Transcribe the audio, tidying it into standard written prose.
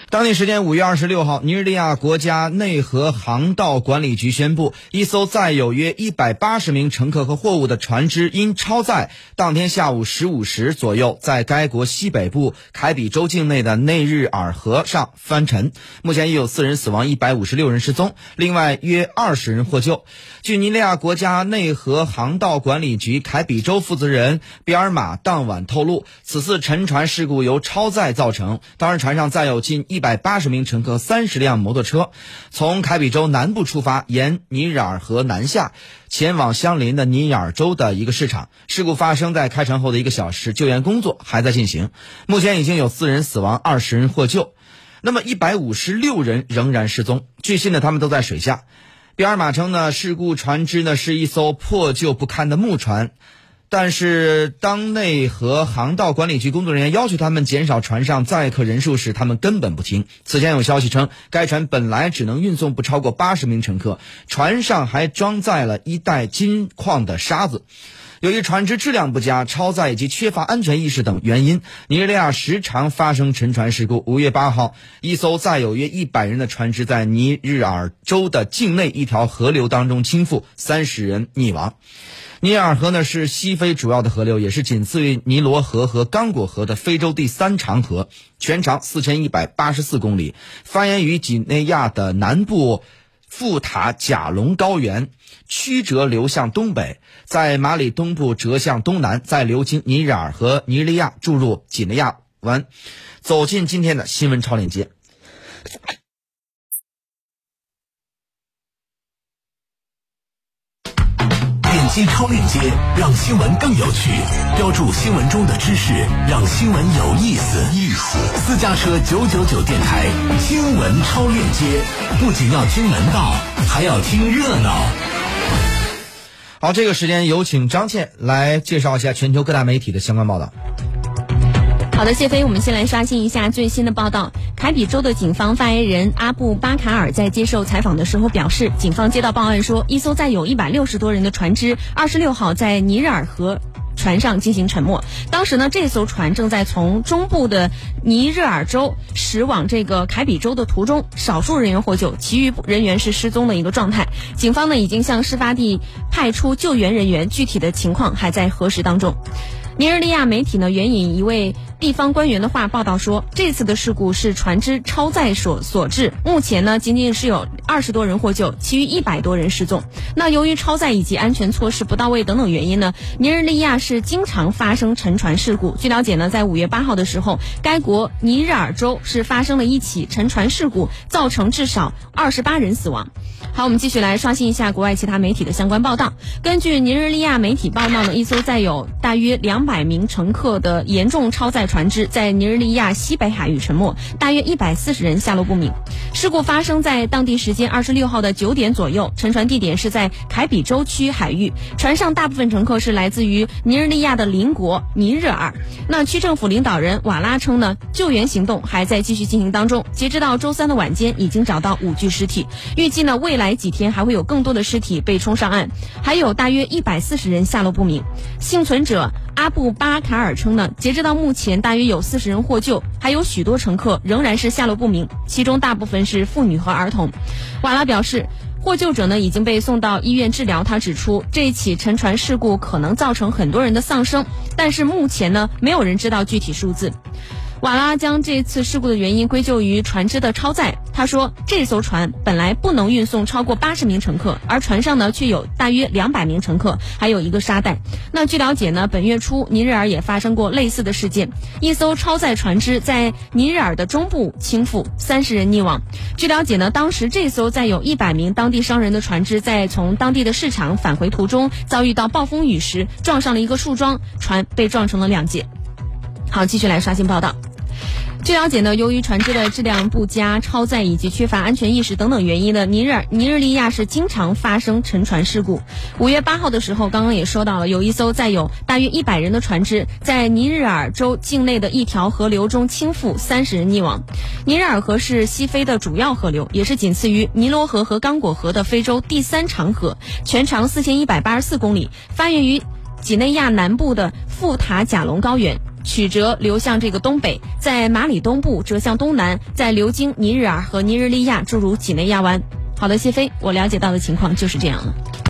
当地时间5月26号，尼日利亚国家内河航道管理局宣布，一艘载有约180名乘客和货物的船只因超载，当天下午15时左右，在该国西北部凯比州境内的内日尔河上翻沉。目前已有4人死亡，156人失踪，另外约20人获救。据尼日利亚国家内河航道管理局凯比州负责人比尔马当晚透露，此次沉船事故由超载造成。当时船上载有近180名乘客，30辆摩托车，从凯比州南部出发，沿尼日尔河南下，前往相邻的尼日尔州的一个市场。事故发生在开船后的1个小时，救援工作还在进行。目前已经有4人死亡，20人获救，那么156人仍然失踪，据悉呢，他们都在水下。比尔马称呢，事故船只呢是一艘破旧不堪的木船，但是当内河航道管理局工作人员要求他们减少船上载客人数时，他们根本不听。此前有消息称，该船本来只能运送不超过80名乘客，船上还装载了1袋金矿的沙子。由于船只质量不佳、超载以及缺乏安全意识等原因，尼日利亚时常发生沉船事故。5月8号，一艘载有约100人的船只在尼日尔州的境内一条河流当中倾覆，30人溺亡。尼日尔河呢是西非主要的河流，也是仅次于尼罗河和刚果河的非洲第3长河，全长4184公里，发源于几内亚的南部富塔贾龙高原，曲折流向东北，在马里东部折向东南，再流经尼日尔和尼日利亚注入几内亚湾。走进今天的新闻超链接。 点击超链接，让新闻更有趣；标注新闻中的知识，让新闻有意思。私家车999电台新闻超链接，不仅要听门道，还要听热闹。 好，这个时间有请张倩来介绍一下全球各大媒体的相关报道。 好的，谢飞，我们先来刷新一下最新的报道。凯比州的警方发言人阿布巴卡尔在接受采访的时候表示，警方接到报案说，一艘载有160多人的船只26号在尼日尔河船上进行沉没。当时呢，这艘船正在从中部的尼日尔州驶往这个凯比州的途中，少数人员获救，其余人员是失踪的一个状态。警方呢已经向事发地派出救援人员，具体的情况还在核实当中。尼日利亚媒体呢援引一位地方官员的话报道说，这次的事故是船只超载所致，目前呢仅仅是有20多人获救，其余100多人失踪。那由于超载以及安全措施不到位等等原因呢，尼日利亚是经常发生沉船事故。据了解呢，在5月8号的时候，该国尼日尔州是发生了一起沉船事故，造成至少28人死亡。好，我们继续来刷新一下国外其他媒体的相关报道。根据尼日利亚媒体报道呢，一艘载有大约200名乘客的严重超载船只在尼日利亚西北海域沉没，大约140人下落不明。事故发生在当地时间26号的9点左右，沉船地点是在凯比州区海域，船上大部分乘客是来自于尼日利亚的邻国尼日尔。那区政府领导人瓦拉称呢，救援行动还在继续进行当中，截止到周3的晚间已经找到5具尸体，预计呢未来几天还会有更多的尸体被冲上岸，还有大约140人下落不明。幸存者阿布巴卡尔称呢，截止到目前大约有40人获救，还有许多乘客仍然是下落不明，其中大部分是妇女和儿童。瓦拉表示，获救者呢已经被送到医院治疗。他指出，这起沉船事故可能造成很多人的丧生，但是目前呢没有人知道具体数字。瓦拉将这次事故的原因归咎于船只的超载。他说，这艘船本来不能运送超过80名乘客，而船上呢却有大约200名乘客，还有一个沙袋。那据了解呢，本月初尼日尔也发生过类似的事件，一艘超载船只在尼日尔的中部倾覆，30人溺亡。据了解呢，当时这艘载有100名当地商人的船只在从当地的市场返回途中，遭遇到暴风雨时撞上了一个树桩，船被撞成了2截。好，继续来刷新报道。据了解呢，由于船只的质量不佳、超载以及缺乏安全意识等等原因呢，尼日利亚是经常发生沉船事故。5月8号的时候，刚刚也说到了，有一艘载有大约100人的船只在尼日尔州境内的一条河流中倾覆，30人溺亡。尼日尔河是西非的主要河流，也是仅次于尼罗河和刚果河的非洲第3长河，全长4184公里，发源于几内亚南部的富塔贾龙高原。 曲折流向这个东北，在马里东部折向东南，再流经尼日尔和尼日利亚，注入几内亚湾。好的，谢飞，我了解到的情况就是这样了。